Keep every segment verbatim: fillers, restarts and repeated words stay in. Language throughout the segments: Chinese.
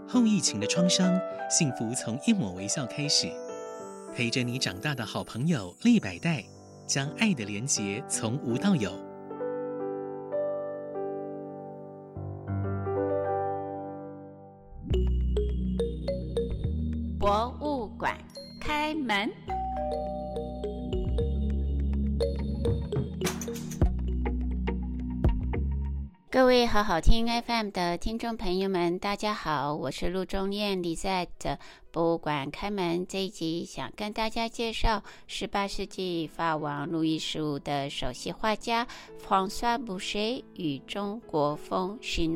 后疫情的创伤，幸福从一抹微笑开始。陪着你长大的好朋友利百代，将爱的连结从无到有。 博物馆开门。各位好好听 F M 的听众朋友们，大家好，我是陆中燕 Lisette。博物馆开门这一集想跟大家介绍十八世纪法王路易十五的首席画家 François Boucher 与中国风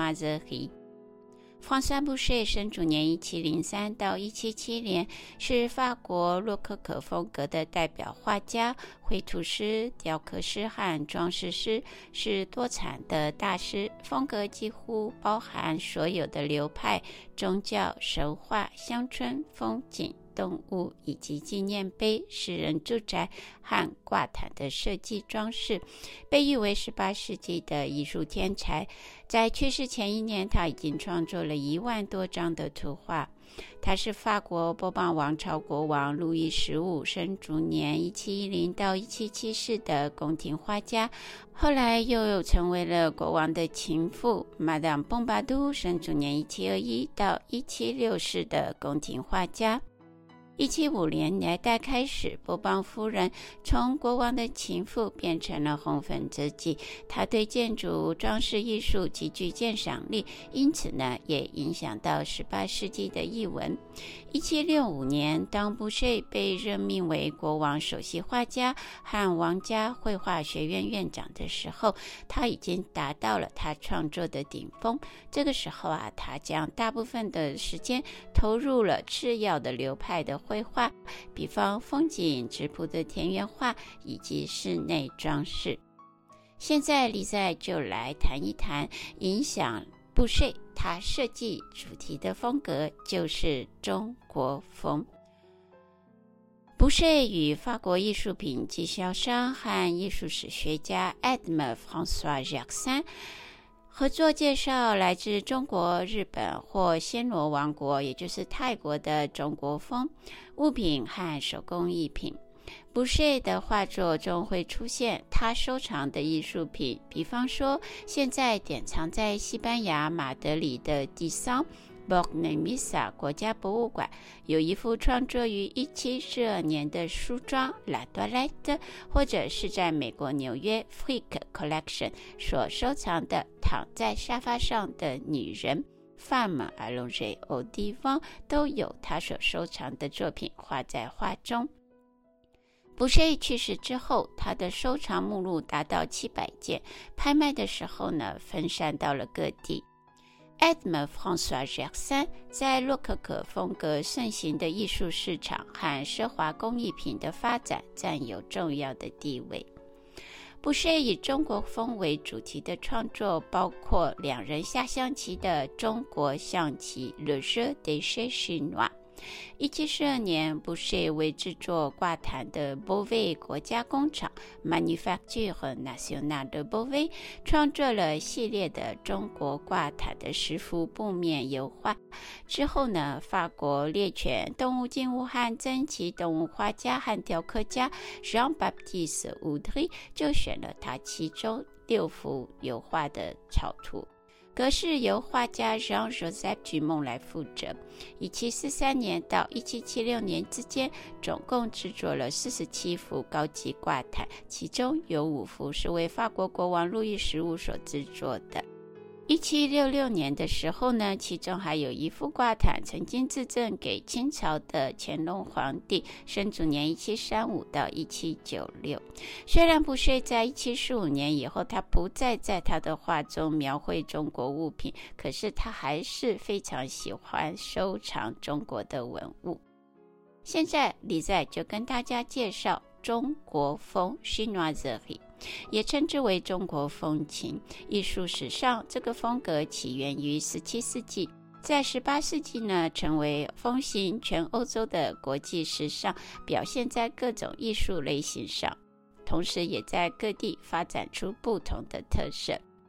Chinoiserie。François Boucher 生卒年一七零三到一七七零，是法国洛可可风格的代表画家、绘图师、雕刻师和装饰师，是多产的大师，风格几乎包含所有的流派、宗教、神话、乡村风景、动物以及纪念碑、私人住宅和挂毯的设计装饰，被誉为十八世纪的艺术天才。在去世前一年，他已经创作了一万多张的图画。他是法国波旁王朝国王路易十五生卒年一七一零到一七七四的宫廷画家，后来又成为了国王的情妇 Madame Pompadour 生卒年一七二一到一七六四的宫廷画家。一七五零年代开始，波旁夫人从国王的情妇变成了红粉知己。她对建筑装饰艺术极具鉴赏力，因此呢，也影响到十八世纪的艺文。一七六五年，当布谢被任命为国王首席画家和王家绘画学院院长的时候，他已经达到了他创作的顶峰。这个时候啊，他将大部分的时间投入了次要的流派的绘画，比方风景、质朴的田园画以及室内装饰。现在丽赛就来谈一谈影响布谢他设计主题的风格，就是中国风。布谢与法国艺术品经销商和艺术史学家 Edme François Jackson合作介绍来自中国、日本或暹罗王国，也就是泰国的中国风物品和手工艺品。布谢的画作中会出现他收藏的艺术品，比方说现在典藏在西班牙马德里的迪桑博内米萨国家博物馆有一幅创作于一七四二年的梳妆 La Toilette， 或者是在美国纽约 Frick Collection 所收藏的躺在沙发上的女人 Femme allongée au divan， 都有他所收藏的作品画在画中。布谢去世之后，他的收藏目录达到七百件，拍卖的时候呢，分散到了各地。Edme François Jackson 在洛可可风格盛行的艺术市场和奢华工艺品的发展占有重要的地位。布谢以中国风为主题的创作包括两人下象棋的中国象棋 Le Jeu des Chinois。一七四二年，布谢为制作挂毯的 Beauvais 国家工厂 Manufacture Nationale de Beauvais 创作了系列的中国挂毯的十幅布面油画。之后呢，法国猎犬、动物静物和珍奇动物画家和雕刻家 Jean-Baptiste Audry 就选了他其中六幅油画的草图。格式由画家 Jean-Joseph Dumont 来负责。一七四三年到一七七六年之间，总共制作了四十七幅高级挂毯，其中有五幅是为法国国王路易十五所制作的。一七六六年的时候呢，其中还有一幅挂毯曾经制赠给清朝的乾隆皇帝，生卒年一七三五到一七九六。虽然布谢在一七四五年以后，他不再在他的画中描绘中国物品，可是他还是非常喜欢收藏中国的文物。现在李在就跟大家介绍中国风 Chinoiserie， 也称之为中国风情。艺术史上，这个风格起源于十七世纪，在十八世纪呢，成为风行全欧洲的国际时尚，表现在各种艺术类型上，同时也在各地发展出不同的特色。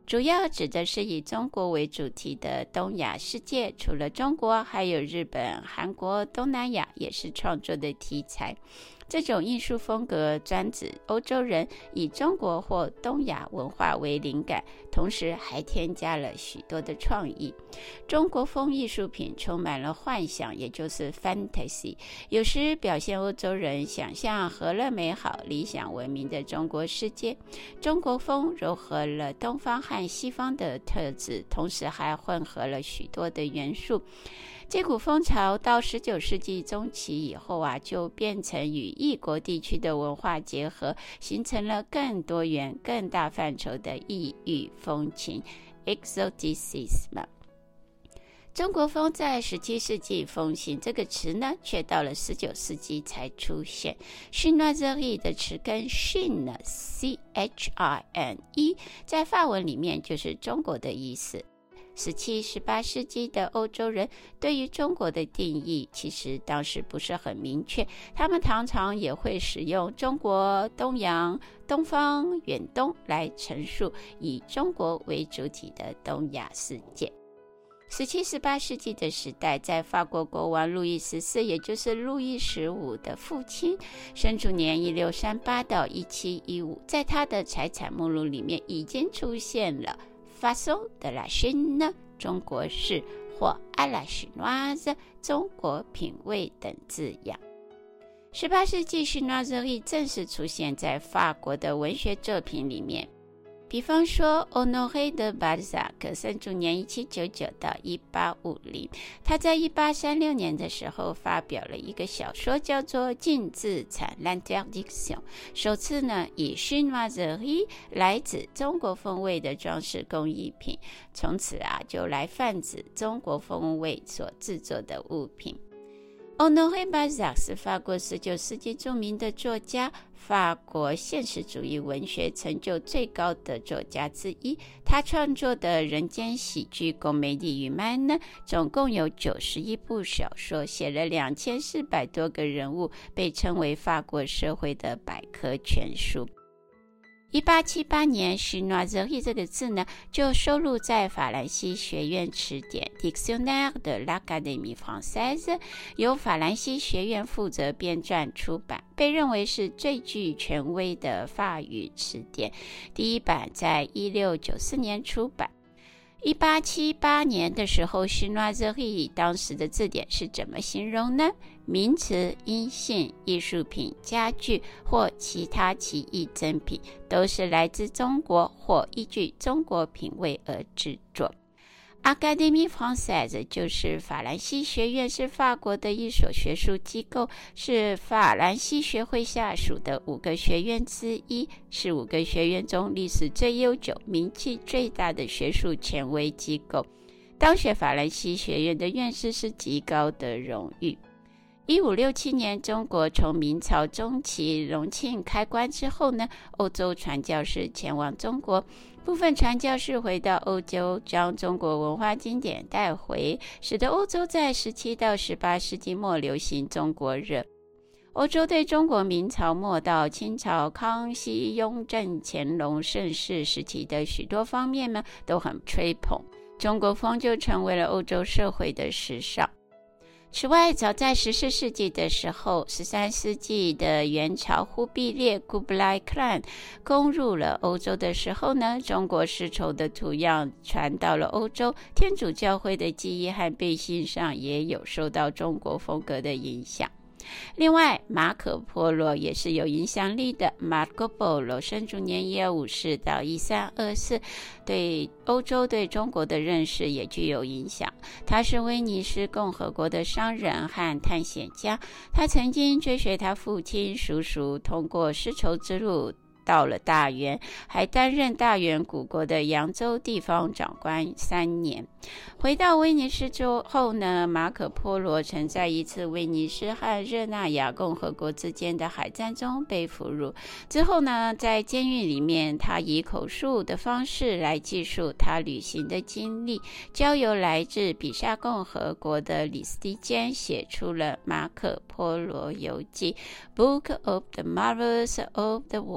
主要指的是以中国为主题的东亚世界，除了中国，还有日本、韩国、东南亚也是创作的题材。这种艺术风格专指欧洲人以中国或东亚文化为灵感，同时还添加了许多的创意。中国风艺术品充满了幻想，也就是 fantasy， 有时表现欧洲人想象和乐美好、理想文明的中国世界。中国风糅合了东方和西方的特质，同时还混合了许多的元素。这股风潮到十九世纪中期以后啊，就变成与异国地区的文化结合，形成了更多元、更大范畴的异域风情 exoticism。 中国风在十七世纪风行，这个词呢，却到了十九世纪才出现。chinoiserie 的词根 chine C H I N E 在法文里面就是中国的意思。十七、十八世纪的欧洲人对于中国的定义其实当时不是很明确，他们常常也会使用中国、东洋、东方、远东来陈述以中国为主体的东亚世界。十七、十八世纪的时代，在法国国王路易十四，也就是路易十五的父亲，生卒年一六三八到一七一五，在他的财产目录里面已经出现了façon de la Chine 中国式或 à la chinoise 中国品味等字样。十八世纪 chinoiserie 正式出现在法国的文学作品里面，比方说 Honoré de Balzac 生卒年一七九九到一八五零，他在一八三六年的时候发表了一个小说叫做《禁自产 L'Interdiction》，首次呢以 chinoiserie 来指中国风味的装饰工艺品，从此啊就来泛指中国风味所制作的物品。Honoré Balzac 是法国十九世纪著名的作家，法国现实主义文学成就最高的作家之一。他创作的人间喜剧《Comédie Humaine》呢，总共有九十一部小说，写了两千四百多个人物，被称为法国社会的百科全书。一八七八年 chinoiserie 这个字呢，就收录在法兰西学院词典 Dictionnaire de l'Académie Française， 由法兰西学院负责编撰出版，被认为是最具权威的法语词典。第一版在一六九四年出版。一八七八年的时候 chinoiserie 当时的字典是怎么形容呢？名词、阴性、艺术品、家具或其他奇异珍品，都是来自中国或依据中国品味而制作。Académie Française 就是法兰西学院，是法国的一所学术机构，是法兰西学会下属的五个学院之一，是五个学院中历史最悠久、名气最大的学术权威机构。当选法兰西学院的院士是极高的荣誉。一五六七年，中国从明朝中期隆庆开关之后呢，欧洲传教士前往中国，部分传教士回到欧洲，将中国文化经典带回，使得欧洲在十七到十八世纪末流行中国热。欧洲对中国明朝末到清朝康熙、雍正、乾隆盛世时期的许多方面呢，都很吹捧，中国风就成为了欧洲社会的时尚。此外，早在十四世纪的时候，十三世纪的元朝忽必烈 Kublai Khan 攻入了欧洲的时候呢，中国丝绸的图样传到了欧洲，天主教会的记忆和背心上也有受到中国风格的影响。另外，马可波罗也是有影响力的。Marco Polo 生卒年一二五四到一三二四，对欧洲对中国的认识也具有影响。他是威尼斯共和国的商人和探险家，他曾经追随他父亲、叔叔通过丝绸之路到了大元，还担任大元古国的扬州地方长官三年。回到威尼斯之后呢，马可波罗曾在一次威尼斯和热那亚共和国之间的海战中被俘虏。之后呢，在监狱里面，他以口述的方式来记述他旅行的经历，交由来自比萨共和国的李斯蒂坚写出了《马可波罗游记》 Book of the Marvels of the World。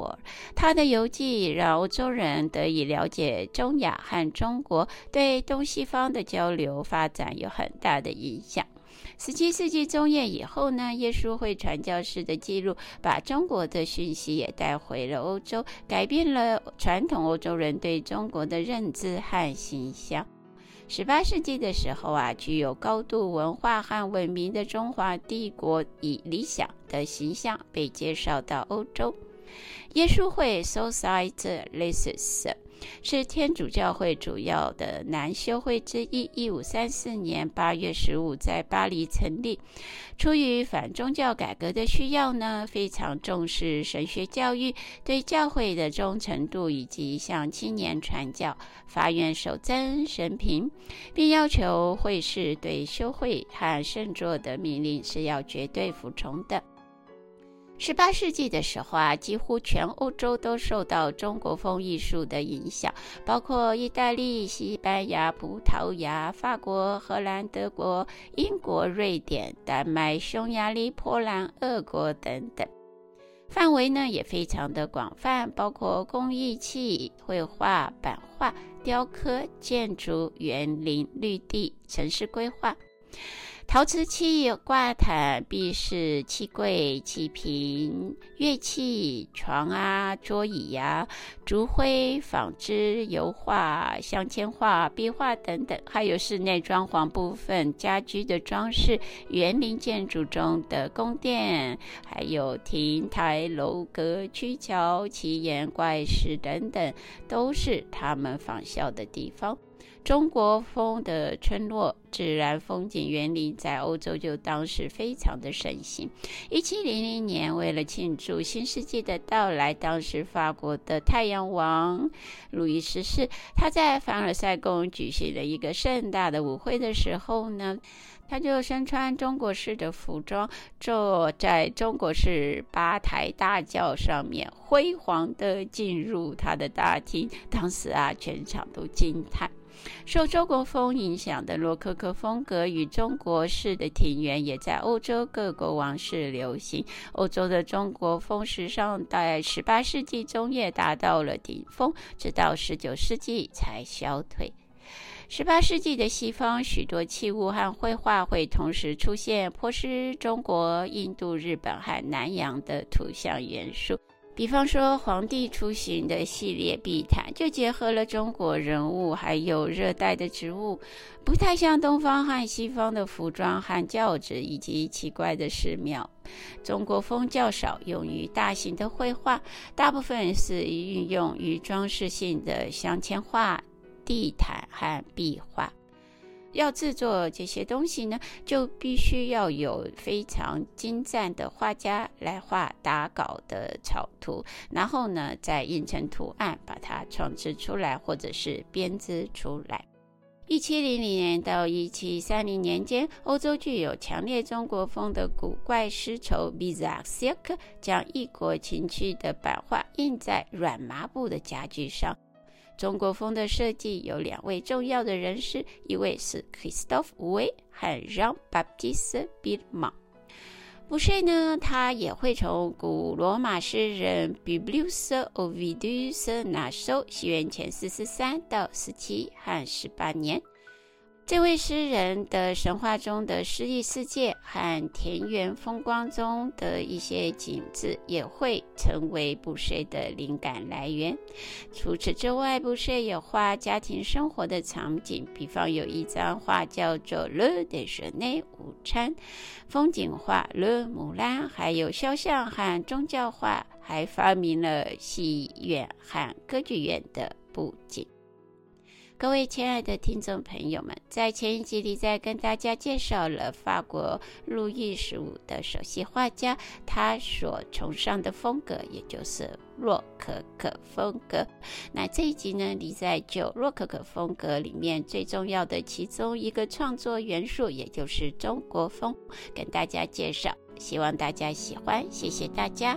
他的游记让欧洲人得以了解中亚和中国，对东西方的交流发展有很大的影响。十七世纪中叶以后呢，耶稣会传教士的记录把中国的讯息也带回了欧洲，改变了传统欧洲人对中国的认知和形象。十八世纪的时候啊，具有高度文化和文明的中华帝国以理想的形象被介绍到欧洲。耶稣会 Society Lysis 是天主教会主要的男修会之一，一五三四年八月十五在巴黎成立。出于反宗教改革的需要呢，非常重视神学教育，对教会的忠诚度以及向青年传教，法院守贞神平，并要求会士对修会和圣座的命令是要绝对服从的。十八世纪的时候啊，几乎全欧洲都受到中国风艺术的影响，包括意大利、西班牙、葡萄牙、法国、荷兰、德国、英国、瑞典、丹麦、匈牙利、波兰、俄国等等。范围呢也非常的广泛，包括工艺器、绘画、版画、雕刻、建筑、园林、绿地、城市规划。陶瓷器、挂毯、壁饰、器柜、器瓶、乐器、床啊、桌椅啊、烛灰、纺织、油画、镶嵌画、壁画等等，还有室内装潢部分、家居的装饰、园林建筑中的宫殿，还有亭台楼阁、曲桥、奇岩怪石等等，都是他们仿效的地方。中国风的村落、自然风景园林在欧洲就当时非常的盛行。一七零零年，为了庆祝新世纪的到来，当时法国的太阳王路易十四，他在凡尔赛宫举行了一个盛大的舞会的时候呢，他就身穿中国式的服装，坐在中国式八抬大轿上面，辉煌地进入他的大厅。当时啊，全场都惊叹。受中国风影响的洛可可风格与中国式的庭园也在欧洲各国王室流行。欧洲的中国风时尚在十八世纪中叶达到了顶峰，直到十九世纪才消退。十八世纪的西方，许多器物和绘画会同时出现波斯、中国、印度、日本和南洋的图像元素。比方说皇帝出行的系列壁毯就结合了中国人物还有热带的植物，不太像东方和西方的服装和轿子以及奇怪的寺庙。中国风较少用于大型的绘画，大部分是运用于装饰性的镶嵌画、地毯和壁画。要制作这些东西呢，就必须要有非常精湛的画家来画打稿的草图，然后呢再印成图案，把它创制出来或者是编织出来。一七零零年到一七三零年间，欧洲具有强烈中国风的古怪丝绸 Bizarre Silk 将异国情趣的版画印在软麻布的家具上。中国风的设计有两位重要的人士，一位是 Christophe Uwe 和 Jean-Baptiste Billman。布谁呢，他也会从古罗马诗人 Publius Ovidius 那收，西元前四十三到十七和十八年。这位诗人的神话中的诗意世界和田园风光中的一些景致也会成为布谁的灵感来源。除此之外，布谁有画家庭生活的场景，比方有一张画叫做 Le Déjeuner 午餐，风景画 Le Moulin， 还有肖像和宗教画，还发明了戏院和歌剧院的布景。各位亲爱的听众朋友们，在前一集里在跟大家介绍了法国路易十五的首席画家，他所崇尚的风格也就是洛可可风格。那这一集呢，李在就洛可可风格里面最重要的其中一个创作元素，也就是中国风，跟大家介绍，希望大家喜欢，谢谢大家。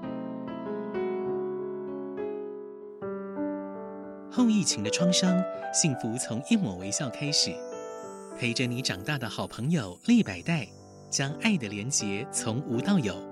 后疫情的创伤，幸福从一抹微笑开始。陪着你长大的好朋友利百代，将爱的连结从无到有。